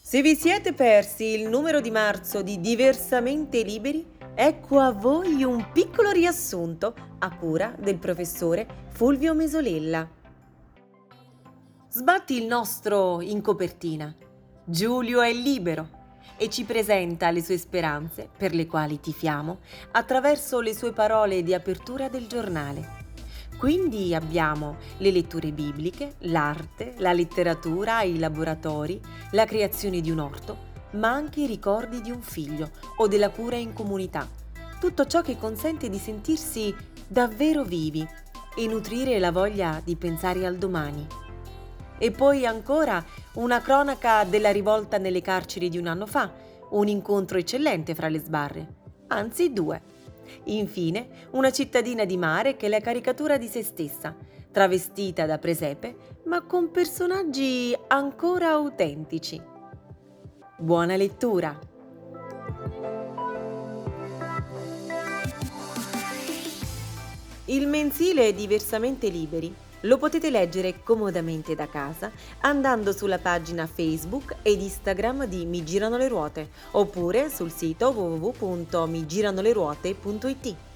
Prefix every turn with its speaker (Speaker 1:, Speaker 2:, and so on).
Speaker 1: Se vi siete persi il numero di marzo di Diversamente Liberi, ecco a voi un piccolo riassunto a cura del professore Fulvio Mesolella. Sbatti il nostro in copertina. Giulio è libero e ci presenta le sue speranze, per le quali tifiamo, attraverso le sue parole di apertura del giornale. Quindi abbiamo le letture bibliche, l'arte, la letteratura, i laboratori, la creazione di un orto, ma anche i ricordi di un figlio o della cura in comunità. Tutto ciò che consente di sentirsi davvero vivi e nutrire la voglia di pensare al domani. E poi ancora una cronaca della rivolta nelle carceri di un anno fa, un incontro eccellente fra le sbarre, anzi due. Infine, una cittadina di mare che è la caricatura di se stessa, travestita da presepe, ma con personaggi ancora autentici. Buona lettura! Il mensile Diversamente Liberi lo potete leggere comodamente da casa andando sulla pagina Facebook ed Instagram di Mi Girano le Ruote oppure sul sito www.migiranoleruote.it.